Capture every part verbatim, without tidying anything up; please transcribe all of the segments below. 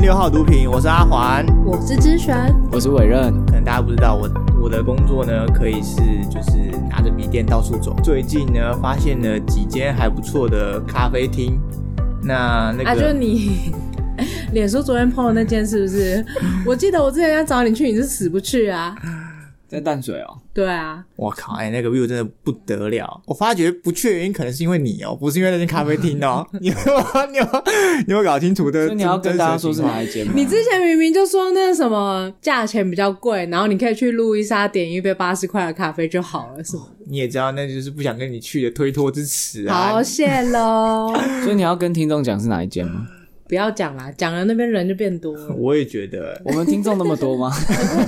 六号毒品，我是阿环， 我是之璇， 我是伟任。 可能大家不知道我我的工作呢，可以是就是拿着笔电到处走。最近呢，发现了几间还不错的咖啡厅。那那个啊，就你脸书昨天 po 的那件是不是？我记得我之前要找你去，你是死不去啊。 在淡水哦。 对啊。 我靠，哎、欸，那个 view 真的不得了。我发觉不去的原因可能是因为你哦，不是因为那间咖啡厅哦。你有你有你有搞清楚的？ 所以你要跟大家说是哪一间吗？ 你之前明明就说那什么价钱比较贵，然后你可以去路易莎点一杯八十块的咖啡就好了，是吗？ 你也知道，那就是不想跟你去的推脱之词啊。 好，谢喽。 所以你要跟听众讲是哪一间吗？ 不要讲啦，讲了那边人就变多了。 我也觉得， 我们听众那么多吗？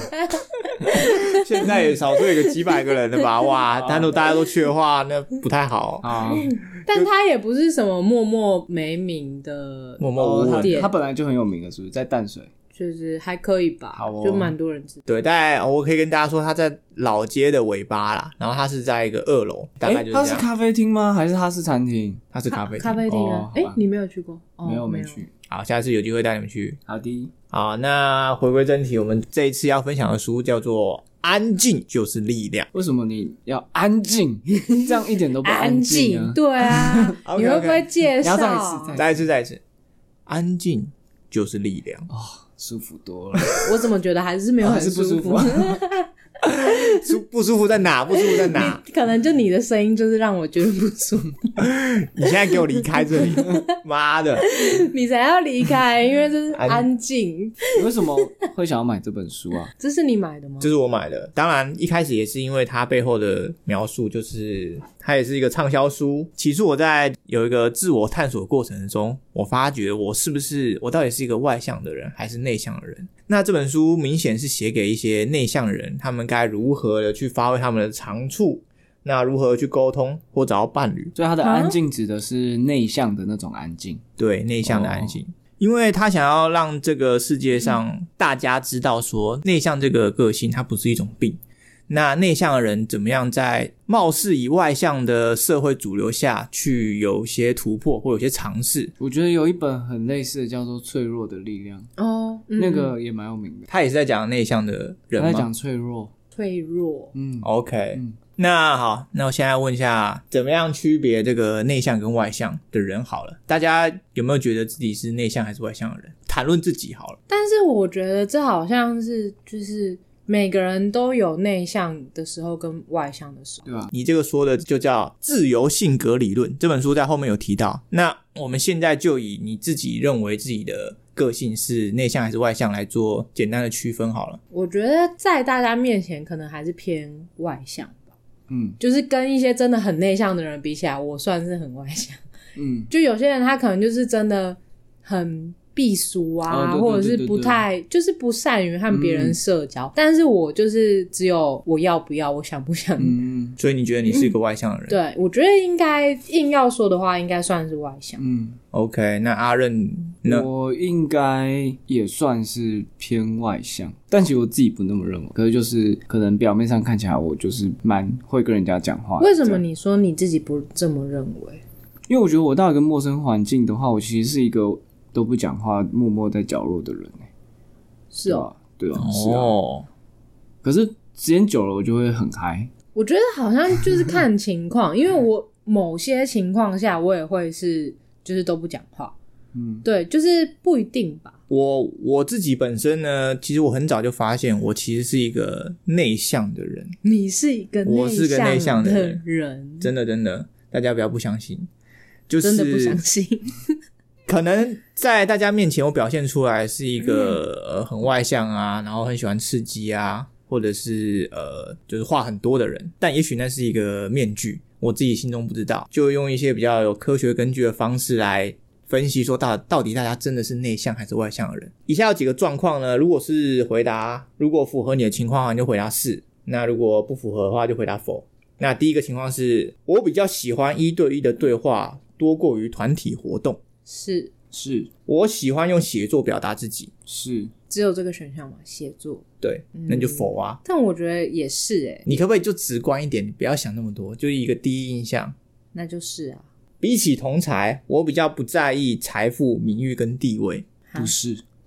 现在也少说有个几百个人了吧？哇，但如果大家都去的话，那不太好啊。 但他也不是什么默默没名的默默无闻， 他本来就很有名的，是不是？在淡水， 就是还可以吧， 好哦， 就蛮多人知道。 对，大概我可以跟大家说，他在老街的尾巴啦，然后他是在一个二楼，大概就是这样。 他是咖啡厅吗？还是他是餐厅？ 他是咖啡厅。 咖啡厅啊？哎、哦，你没有去过？ 哦、没有，没去。 好，下次有机会带你们去。 好的。 好，那回归正题，我们这一次要分享的书叫做《安静就是力量》。 为什么你要安静？这样一点都不安静啊！ 安静对啊， okay, okay. 你会不会介绍？ 你要再一次， 再一次，再一次。安静就是力量。 哦，舒服多了。 我怎么觉得还是没有很舒服？ 哦舒不舒服在哪？不舒服在哪？ 可能就你的声音就是让我觉得不舒服。 你现在给我离开这里！妈的， 你才要离开，因为这是安静。 你为什么会想要买这本书啊？ 这是你买的吗？ 这是我买的。当然，一开始也是因为它背后的描述，就是它也是一个畅销书。起初我在有一个自我探索的过程中，我发觉我是不是我到底是一个外向的人还是内向的人。那这本书明显是写给一些内向人，他们该如何的去发挥他们的长处，那如何去沟通或找到伴侣。 所以他的安静指的是内向的那种安静。 对，内向的安静。哦，因为他想要让这个世界上大家知道说，内向这个个性它不是一种病。那内向的人怎么样在貌似以外向的社会主流下去有些突破或有些尝试。 我觉得有一本很类似的叫做《脆弱的力量》 哦，嗯、 那个也蛮有名的。 他也是在讲内向的人吗？ 他在讲脆弱。 脆弱。 嗯 OK、 嗯、 那好，那我现在问一下怎么样区别这个内向跟外向的人好了。大家有没有觉得自己是内向还是外向的人？谈论自己好了。 但是我觉得这好像是就是每个人都有内向的时候跟外向的时候， 对吧？ 你这个说的就叫自由性格理论，这本书在后面有提到。那我们现在就以你自己认为自己的个性是内向还是外向来做简单的区分好了。 我觉得在大家面前可能还是偏外向吧， 嗯， 就是跟一些真的很内向的人比起来，我算是很外向。 嗯， 就有些人他可能就是真的很避俗啊、 哦、对对对对对， 或者是不太就是不善于和别人社交、嗯、但是我就是只有我要不要我想不想。 嗯， 所以你觉得你是一个外向的人？ 嗯、对，我觉得应该硬要说的话应该算是外向。 嗯 OK， 那阿任呢？ 我应该也算是偏外向，但其实我自己不那么认为。可是就是可能表面上看起来我就是蛮会跟人家讲话。 为什么你说你自己不这么认为？ 因为我觉得我到一个陌生环境的话，我其实是一个都不讲话默默在角落的人。 是哦， 对啊， 哦， 是啊。可是时间久了我就会很嗨。 我觉得好像就是看情况因为我某些情况下我也会是就是都不讲话。 嗯， 对，就是不一定吧。 我我自己本身呢，其实我很早就发现我其实是一个内向的人。 你是一个我是个内向的人, 人真的真的，大家不要不相信，就是真的不相信。 可能在大家面前我表现出来是一个、呃、很外向啊，然后很喜欢刺激啊，或者是呃就是话很多的人，但也许那是一个面具，我自己心中不知道，就用一些比较有科学根据的方式来分析说到到底大家真的是内向还是外向的人。以下有几个状况呢，如果是回答如果符合你的情况的话你就回答是，那如果不符合的话就回答否。那第一个情况是我比较喜欢一对一的对话多过于团体活动。 是是， 我喜欢用写作表达自己。 是， 只有这个选项吗？写作？ 对、嗯、那就否啊。 但我觉得也是耶、欸、 你可不可以就直观一点，你不要想那么多，就是一个第一印象。 那就是啊。 比起同才，我比较不在意财富、名誉跟地位。 不是，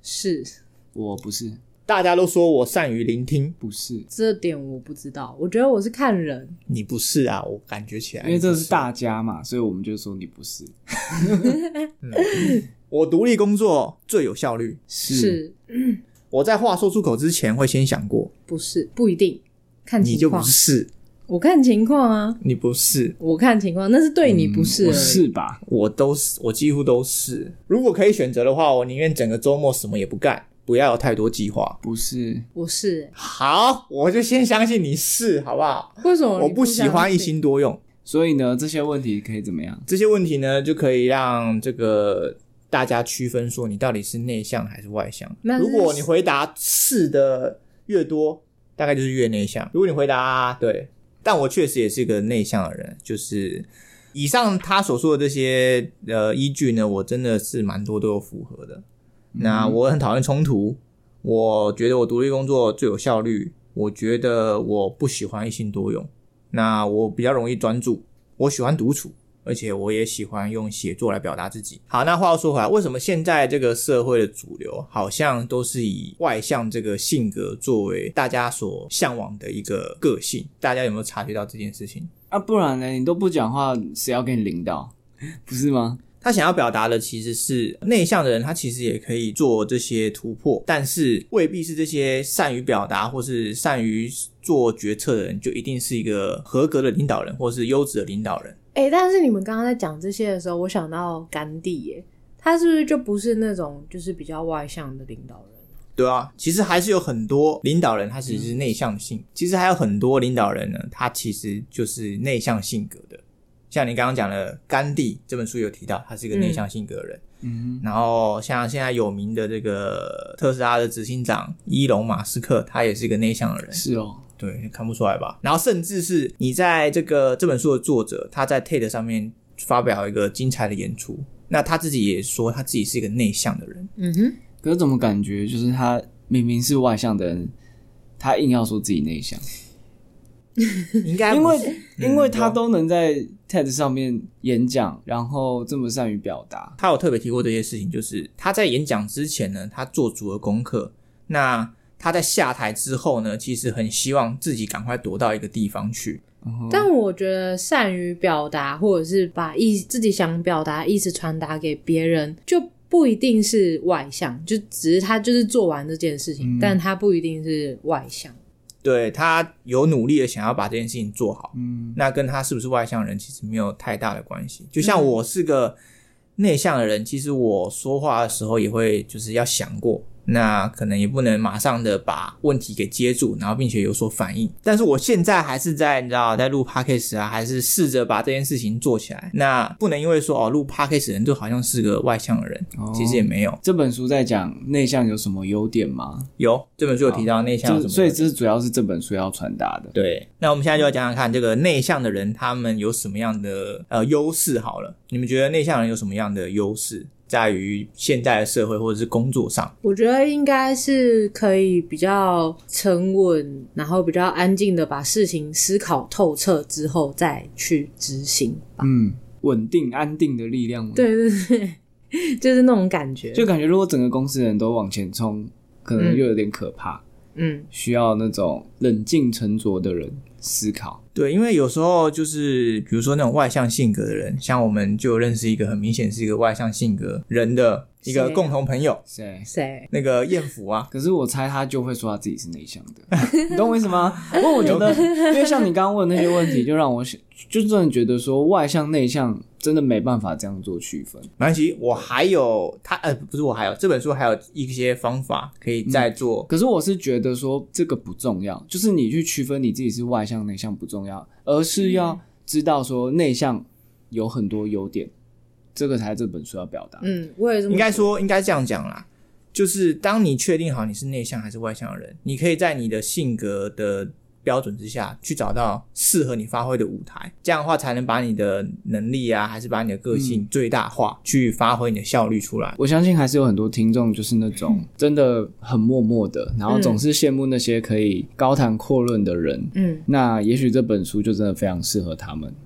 是， 我不是， 大家都说我善于聆听， 不是， 这点我不知道，我觉得我是看人。 你不是啊，我感觉起来因为这是大家嘛，所以我们就说你不是。 嗯、我独立工作最有效率， 是， 是我在话说出口之前会先想过， 不是不一定，看情况。 你就不是， 我看情况啊， 你不是， 我看情况，那是对你不是而已、 嗯、我是吧？ 我都是，我几乎都是。如果可以选择的话，我宁愿整个周末什么也不干，不要有太多计划。 不是， 我是、欸。 好，我就先相信你是，好不好？ 为什么我不喜欢一心多用？ 所以呢，这些问题可以怎么样？ 这些问题呢，就可以让这个大家区分说你到底是内向还是外向。如果你回答是的越多，大概就是越内向。如果你回答对，但我确实也是一个内向的人，就是以上他所说的这些呃依据呢，我真的是蛮多都有符合的。嗯、那我很讨厌冲突，我觉得我独立工作最有效率，我觉得我不喜欢一心多用，那我比较容易专注，我喜欢独处，而且我也喜欢用写作来表达自己。好，那话又说回来，为什么现在这个社会的主流好像都是以外向这个性格作为大家所向往的一个个性？大家有没有察觉到这件事情啊？不然呢？你都不讲话，谁要给你领导？不是吗？ 他想要表达的其实是内向的人，他其实也可以做这些突破，但是未必是这些善于表达或是善于做决策的人就一定是一个合格的领导人或是优质的领导人。 欸，但是你们刚刚在讲这些的时候，我想到甘地耶，他是不是就不是那种就是比较外向的领导人？ 对啊，其实还是有很多领导人他其实是内向性、嗯、其实还有很多领导人呢，他其实就是内向性格的。像你刚刚讲的甘地这本书有提到他是一个内向性格的人、嗯、然后像现在有名的这个特斯拉的执行长伊隆马斯克，他也是一个内向的人。 是哦， 对，看不出来吧。然后甚至是你在这个这本书的作者，他在 TED 上面发表一个精彩的演出，那他自己也说他自己是一个内向的人。 嗯哼， 可是怎么感觉就是他明明是外向的人，他硬要说自己内向？ 应该因为、嗯、因为他都能在 TED 上面演讲，然后这么善于表达。 他有特别提过这些事情，就是他在演讲之前呢，他做足了功课，那他在下台之后呢，其实很希望自己赶快躲到一个地方去。 但我觉得善于表达或者是把意自己想表达意思传达给别人，就不一定是外向，就只是他就是做完这件事情、嗯、但他不一定是外向。 对，他有努力的想要把这件事情做好、 嗯、 那跟他是不是外向的人其实没有太大的关系。就像我是个内向的人、嗯、其实我说话的时候也会就是要想过，那可能也不能马上的把问题给接住，然后并且有所反应。但是我现在还是在你知道在录 podcast 啊，还是试着把这件事情做起来。那不能因为说哦录 podcast 的人就好像是个外向的人、哦、其实也没有。 这本书在讲内向有什么优点吗？ 有，这本书有提到内向有什么优点， 所以这主要是这本书要传达的。 对，那我们现在就要讲讲看这个内向的人他们有什么样的呃优势好了。你们觉得内向人有什么样的优势在于现在的社会或者是工作上？ 我觉得应该是可以比较沉稳，然后比较安静的把事情思考透彻之后再去执行吧。 嗯，稳定安定的力量吗？ 对对对，就是那种感觉， 就感觉如果整个公司的人都往前冲，可能又有点可怕。 嗯， 需要那种冷静沉着的人思考。 对，因为有时候就是比如说那种外向性格的人，像我们就认识一个很明显是一个外向性格人的一个共同朋友。 谁？ 谁？ 那个燕福啊。 可是我猜他就会说他自己是内向的，你懂我意思吗？不过我觉得，因为像你刚刚问的那些问题，就让我就真的觉得说外向内向真的没办法这样做区分。 没关系，我还有他呃，不是我还有这本书还有一些方法可以再做、 嗯。可是我是觉得说这个不重要，就是你去区分你自己是外向内向不重要，而是要知道说内向有很多优点，这个才是这本书要表达。 嗯，我也这么应该说应该这样讲啦，就是当你确定好你是内向还是外向的人，你可以在你的性格的标准之下去找到适合你发挥的舞台，这样的话才能把你的能力啊还是把你的个性最大化、嗯、去发挥你的效率出来。 我相信还是有很多听众就是那种真的很默默的，然后总是羡慕那些可以高谈阔论的人。嗯，那也许这本书就真的非常适合他们。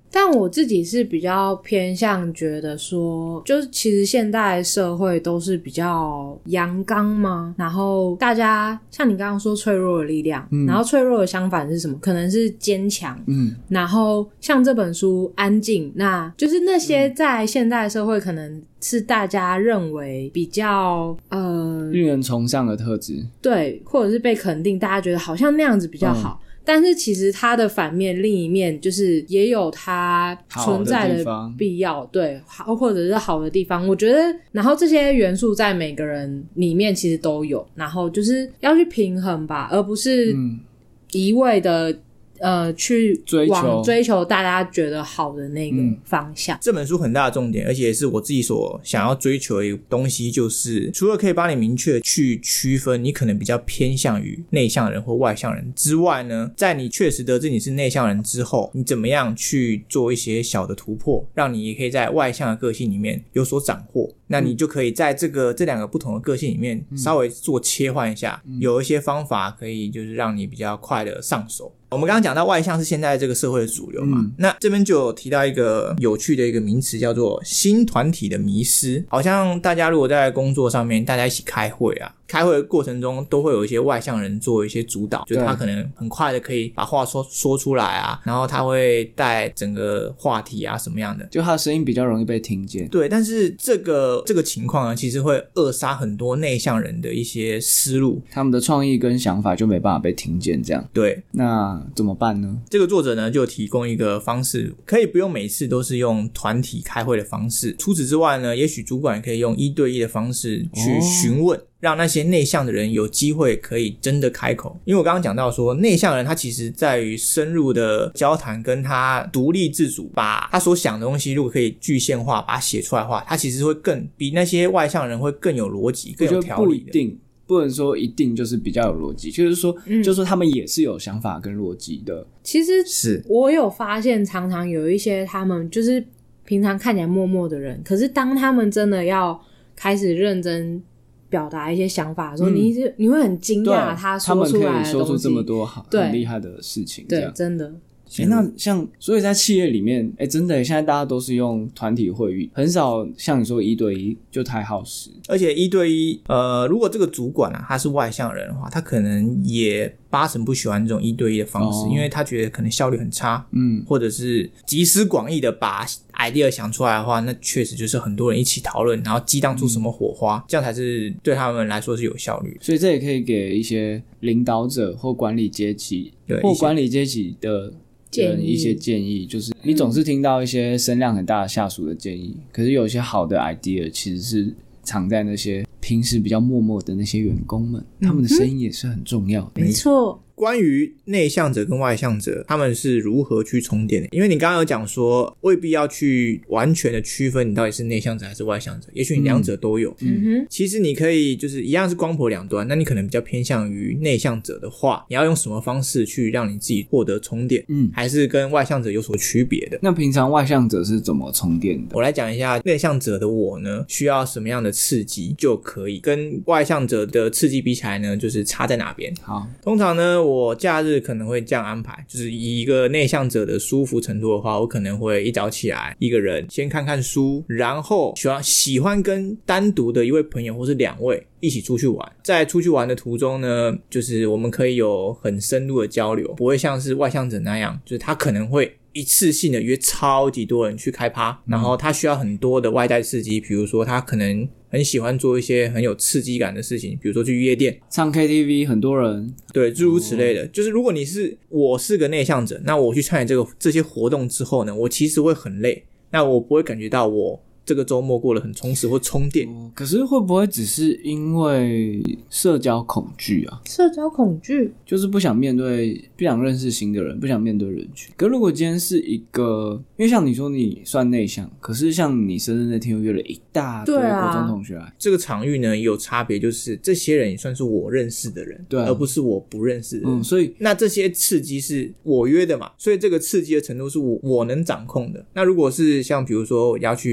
但我自己是比较偏向觉得说，就是其实现代社会都是比较阳刚嘛，然后大家像你刚刚说脆弱的力量、嗯、然后脆弱的相反是什么？可能是坚强。嗯，然后像这本书安静，那就是那些在现代社会可能是大家认为比较呃令人崇尚的特质， 对，或者是被肯定，大家觉得好像那样子比较好、嗯，但是其实它的反面另一面就是也有它存在的必要，对，好或者是好的地方，我觉得然后这些元素在每个人里面其实都有，然后就是要去平衡吧，而不是一味的、嗯呃，去追往追求大家觉得好的那个方向、嗯、 这本书很大的重点，而且也是我自己所想要追求的一个东西，就是除了可以帮你明确去区分你可能比较偏向于内向人或外向人之外呢，在你确实得知你是内向人之后，你怎么样去做一些小的突破，让你也可以在外向的个性里面有所斩获，那你就可以在这个这两个不同的个性里面稍微做切换一下、嗯、有一些方法可以就是让你比较快的上手。我们刚刚讲到外向是现在这个社会的主流嘛、嗯、那这边就有提到一个有趣的一个名词叫做新团体的迷失。好像大家如果在工作上面大家一起开会啊，开会的过程中都会有一些外向人做一些主导，就是他可能很快的可以把话说说出来啊，然后他会带整个话题啊什么样的， 就他的声音比较容易被听见。 对，但是这个这个情况呢，其实会扼杀很多内向人的一些思路， 他们的创意跟想法就没办法被听见这样。 对， 那怎么办呢？ 这个作者呢就提供一个方式，可以不用每次都是用团体开会的方式，除此之外呢，也许主管也可以用一对一的方式去询问、哦，让那些内向的人有机会可以真的开口。因为我刚刚讲到说，内向人他其实在于深入的交谈，跟他独立自主，把他所想的东西如果可以具象化，把它写出来的话，他其实会更比那些外向人会更有逻辑，更有条理的。 不一定，不能说一定就是比较有逻辑，就是说、嗯、就是说他们也是有想法跟逻辑的。 其实是我有发现常常有一些他们就是平常看起来默默的人，可是当他们真的要开始认真表达一些想法的时候、嗯、你你会很惊讶他说出来的东西， 他们可以说出这么多很厉害的事情， 对，真的。 欸、那像所以在企业里面，哎、欸，真的现在大家都是用团体会议，很少像你说一对一就太耗时。 而且一对一，呃，如果这个主管啊他是外向人的话，他可能也八成不喜欢这种一对一的方式、哦、因为他觉得可能效率很差，嗯，或者是集思广益的把 idea 想出来的话，那确实就是很多人一起讨论，然后激荡出什么火花、嗯、这样才是对他们来说是有效率的。 所以这也可以给一些领导者或管理阶级或管理阶级的人一些建议，就是你总是听到一些声量很大的下属的建议、嗯、可是有一些好的 idea 其实是藏在那些平时比较默默的那些员工们、嗯、他们的声音也是很重要的。 没错。 关于内向者跟外向者他们是如何去重叠的，因为你刚刚有讲说未必要去完全的区分你到底是内向者还是外向者，也许你两者都有。嗯哼，其实你可以就是一样是光谱两端，那你可能比较偏向于内向者的话，你要用什么方式去让你自己获得充电，嗯，还是跟外向者有所区别的。 那平常外向者是怎么充电的？ 我来讲一下内向者的我呢需要什么样的刺激就可以跟外向者的刺激比起来呢，就是差在哪边。好，通常呢我假日可能会这样安排，就是以一个内向者的舒服程度的话，我可能会一早起来一个人先看看书，然后喜欢喜欢跟单独的一位朋友或是两位一起出去玩，在出去玩的途中呢，就是我们可以有很深入的交流，不会像是外向者那样，就是他可能会一次性的约超级多人去开趴，然后他需要很多的外在刺激，比如说他可能很喜欢做一些很有刺激感的事情，比如说去夜店唱 K T V， 很多人， 对，诸如此类的、哦、就是如果你是我是个内向者，那我去参与这个这些活动之后呢，我其实会很累，那我不会感觉到我这个周末过得很充实或充电、 哦、可是会不会只是因为社交恐惧啊？ 社交恐惧就是不想面对，不想认识新的人，不想面对人群。可是如果今天是一个，因为像你说你算内向，可是像你生日那天又约了一大堆国中同学来、啊、 这个场域呢也有差别，就是这些人也算是我认识的人，对、啊，而不是我不认识的人、 嗯、所以那这些刺激是我约的嘛，所以这个刺激的程度是我我能掌控的。那如果是像比如说要去参加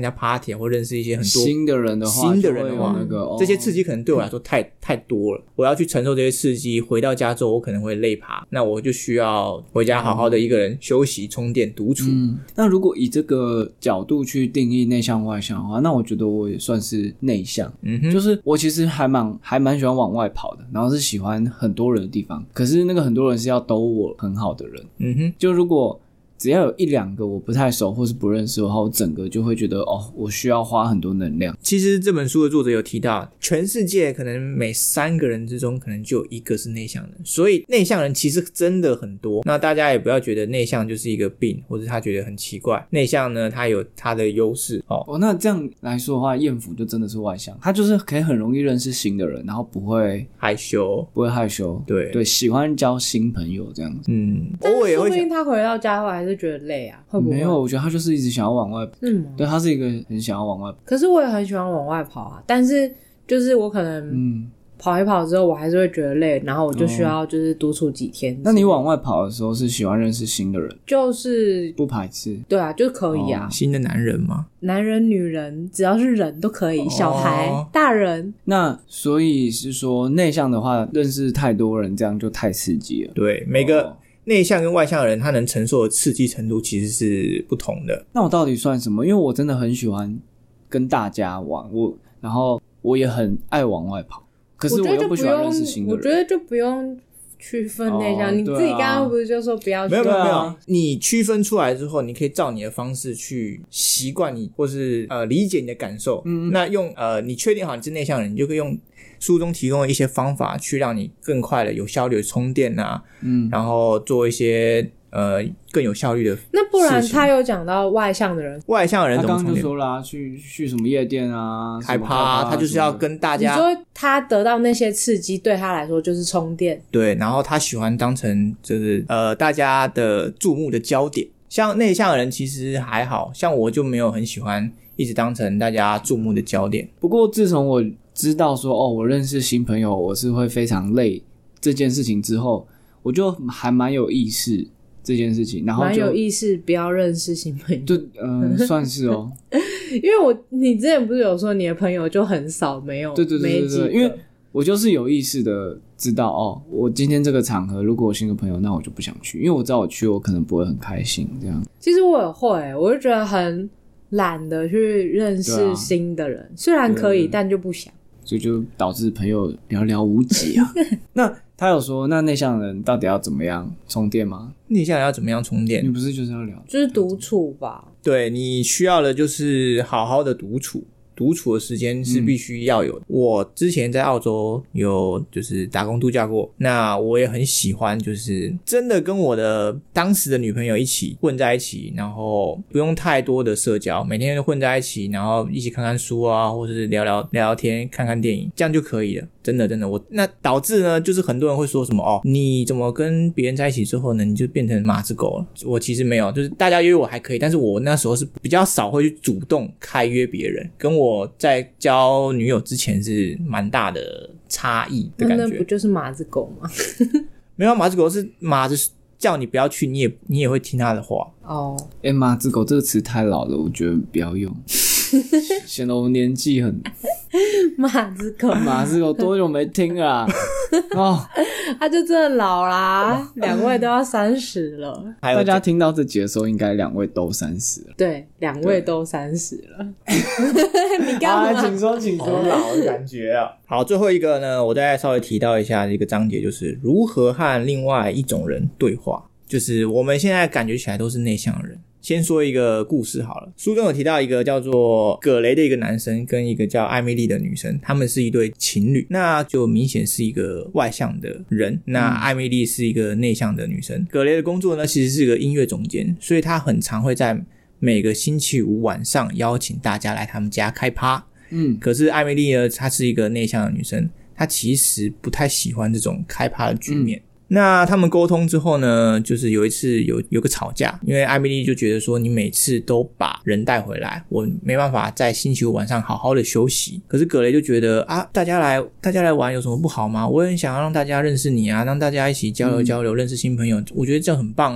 加 party 或认识一些很多新的人的话， 新的人的话， 那个、哦、 这些刺激可能对我来说太太多了，我要去承受这些刺激，回到家之后我可能会累爬，那我就需要回家好好的一个人休息、充电、独处。 嗯，那如果以这个角度去定义内向外向的话，那我觉得我也算是内向。嗯哼，就是我其实还蛮还蛮喜欢往外跑的，然后是喜欢很多人的地方，可是那个很多人是要兜我很好的人。嗯哼，就如果只要有一两个我不太熟或是不认识的话，我整个就会觉得哦，我需要花很多能量。 其实这本书的作者有提到，全世界可能每三个人之中可能就有一个是内向人，所以内向人其实真的很多。那大家也不要觉得内向就是一个病，或者他觉得很奇怪。内向呢，他有他的优势哦。 哦，那这样来说的话，彦甫就真的是外向，他就是可以很容易认识新的人，然后不会害羞， 不会害羞， 对对，喜欢交新朋友这样子。 嗯， 偶尔也会。说不定他回到家后还是觉得累啊，会不会？ 没有，我觉得他就是一直想要往外跑。 是吗？ 对，他是一个很想要往外跑。 可是我也很喜欢往外跑啊，但是就是我可能嗯跑一跑之后，我还是会觉得累，然后我就需要就是独处几天。哦、 那你往外跑的时候是喜欢认识新的人？ 就是不排斥。 对啊，就可以啊。 哦、新的男人吗？ 男人、女人，只要是人都可以，哦、小孩、大人。 那所以是说内向的话，认识太多人，这样就太刺激了。 对，每个。哦内向跟外向的人他能承受的刺激程度其实是不同的。 那我到底算什么？因为我真的很喜欢跟大家玩，我然后我也很爱往外跑，可是我又不喜欢认识新的人。 我觉得就不用区分内向、哦、你自己刚刚不是就说不要区分？ 没有没有没有，你区分出来之后，你可以照你的方式去习惯你，或是呃理解你的感受。嗯，那用呃你确定好你是内向的人，你就可以用书中提供的一些方法去让你更快的有效率的充电啊，嗯，然后做一些呃更有效率的事情。 那不然他有讲到外向的人， 外向的人他刚刚就说啦，去去什么夜店啊， 开趴啊，他就是要跟大家。 你说他得到那些刺激，对他来说就是充电。 对，然后他喜欢当成就是呃大家的注目的焦点。像内向的人其实还好，像我就没有很喜欢一直当成大家注目的焦点。 不过自从我知道说哦，我认识新朋友我是会非常累这件事情之后，我就还蛮有意识这件事情，然后就蛮有意识不要认识新朋友。 就嗯、呃，算是哦。 因为我你之前不是有说你的朋友就很少，没有， 对对对对对，因为我就是有意识的知道哦，我今天这个场合如果有新的朋友，那我就不想去，因为我知道我去我可能不会很开心这样。 其实我也会，我就觉得很懒得去认识新的人，啊、虽然可以，但就不想。 所以就导致朋友寥寥无几啊。那他有说，那内向人到底要怎么样充电吗？ 内向人要怎么样充电？ 你不是就是要聊， 就是独处吧？ 对，你需要的就是好好的独处。独处的时间是必须要有的、嗯、我之前在澳洲有就是打工度假过，那我也很喜欢就是真的跟我的当时的女朋友一起混在一起，然后不用太多的社交，每天都混在一起，然后一起看看书啊，或者是聊聊聊聊天，看看电影，这样就可以了。真的真的，我那导致呢就是很多人会说什么哦，你怎么跟别人在一起之后呢你就变成马子狗了。我其实没有，就是大家约我还可以，但是我那时候是比较少会去主动开约别人，跟我我在交女友之前是蛮大的差异的感觉。 那不就是马子狗吗？ 没有，马子狗是马子叫你不要去，你也你也会听他的话。 哦， 哎、欸，马子狗这个词太老了，我觉得不要用，显得我年纪很。 马子狗， 马子狗多久没听了、啊？哦， 他就真的老啦，两位都要三十了。 大家听到这集的时候，应该两位都三十了。 对，两位都三十了。你干嘛？ 啊、请说，请说， 老的感觉啊。好，最后一个呢，我再稍微提到一下一个章节，就是如何和另外一种人对话。就是我们现在感觉起来都是内向的人。先说一个故事好了，书中有提到一个叫做葛雷的一个男生跟一个叫艾米丽的女生，他们是一对情侣，那就明显是一个外向的人，那艾米丽是一个内向的女生。葛雷的工作呢其实是个音乐总监，所以他很常会在每个星期五晚上邀请大家来他们家开趴。嗯，可是艾米丽呢她是一个内向的女生，她其实不太喜欢这种开趴的局面。嗯，那他们沟通之后呢，就是有一次有有个吵架，因为艾米丽就觉得说你每次都把人带回来，我没办法在星期五晚上好好的休息。可是葛雷就觉得啊，大家来大家来玩有什么不好吗？我也很想要让大家认识你啊，让大家一起交流交流、嗯、认识新朋友，我觉得这样很棒啊。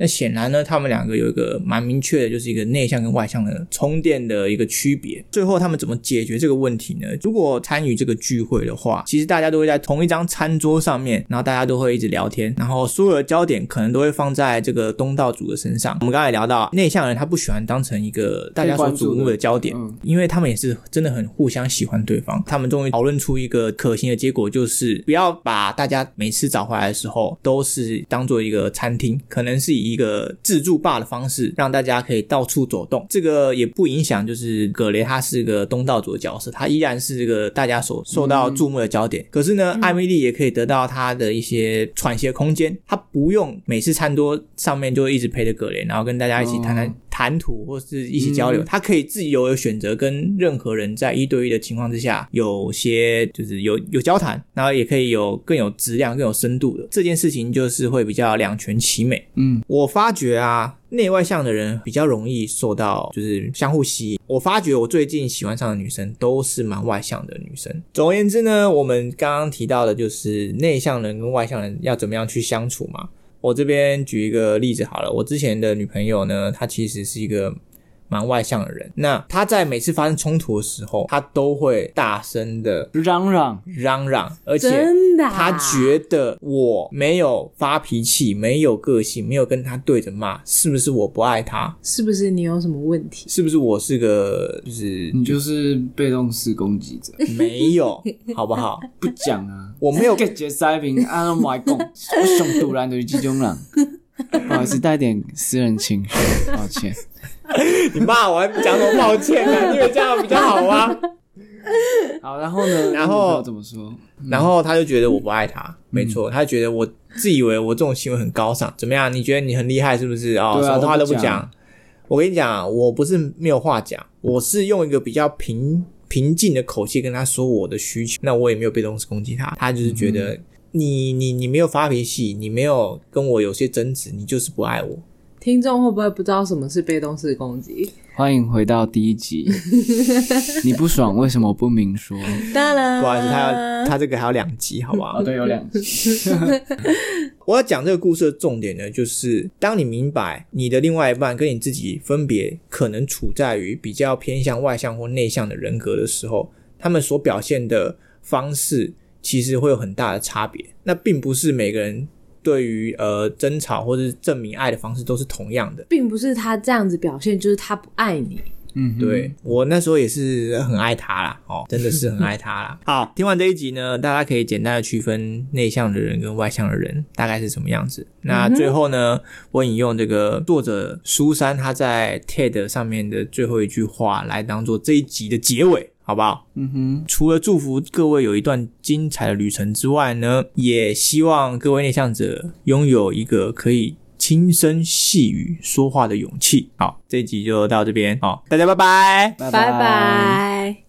那显然呢他们两个有一个蛮明确的，就是一个内向跟外向的充电的一个区别。最后他们怎么解决这个问题呢？如果参与这个聚会的话，其实大家都会在同一张餐桌上面，然后大家都会一直聊天，然后所有的焦点可能都会放在这个东道主的身上。我们刚才聊到内向人他不喜欢当成一个大家所瞩目的焦点、嗯、因为他们也是真的很互相喜欢对方。他们终于讨论出一个可行的结果，就是不要把大家每次找回来的时候都是当做一个餐厅，可能是以一个自助吧的方式让大家可以到处走动。这个也不影响就是葛雷他是个东道主的角色，他依然是这个大家所受到注目的焦点、嗯、可是呢、嗯、艾米丽也可以得到他的一些喘息的空间，他不用每次餐桌上面就一直陪着葛雷，然后跟大家一起谈谈、哦、谈吐或是一起交流、嗯、他可以自己有选择跟任何人在一对一的情况之下有些就是有有交谈，然后也可以有更有质量更有深度的，这件事情就是会比较两全其美。嗯，我发觉啊内外向的人比较容易受到就是相互吸引。我发觉我最近喜欢上的女生都是蛮外向的女生。总而言之呢，我们刚刚提到的就是内向人跟外向人要怎么样去相处嘛。我这边举一个例子好了，我之前的女朋友呢，她其实是一个蛮外向的人，那她在每次发生冲突的时候，她都会大声的嚷嚷嚷嚷，而且她觉得我没有发脾气，没有个性，没有跟她对着骂，是不是我不爱她？ 是不是你有什么问题？ 是不是我是个就是你就是被动式攻击者？ 没有，好不好？ 不讲啊， 我没有给杰塞宾按照我讲，我想突然就是这种人。不好意思，带点私人情绪，抱歉。 你骂我还讲什么抱歉呢、啊？你以为这样比较好吗？ 好，然后呢？ 然后怎么说？ 然后他就觉得我不爱他，嗯、没错，他觉得我自以为我这种行为很高尚，怎么样？你觉得你很厉害是不是？哦， 对啊、 什么话都不讲。我跟你讲，我不是没有话讲，我是用一个比较平平静的口气跟他说我的需求，那我也没有被动式攻击他，他就是觉得。嗯你你你没有发脾气，你没有跟我有些争执，你就是不爱我。 听众会不会不知道什么是被动式攻击？ 欢迎回到第一集。你不爽为什么不明说？ 当然， 不好意思，他要他这个还有两集，好不好？ 哦，对，有两集。 我要讲这个故事的重点呢，就是当你明白你的另外一半跟你自己分别可能处在于比较偏向外向或内向的人格的时候，他们所表现的方式其实会有很大的差别。那并不是每个人对于呃争吵或是证明爱的方式都是同样的， 并不是他这样子表现就是他不爱你。 嗯，对，我那时候也是很爱他啦，哦，真的是很爱他啦。好，听完这一集呢，大家可以简单的区分内向的人跟外向的人大概是什么样子。那最后呢，我引用这个作者苏珊他在 T E D 上面的最后一句话来当做这一集的结尾。好不好？嗯哼，除了祝福各位有一段精彩的旅程之外呢，也希望各位内向者拥有一个可以轻声细语说话的勇气。好，这一集就到这边，好，大家拜拜， 拜拜。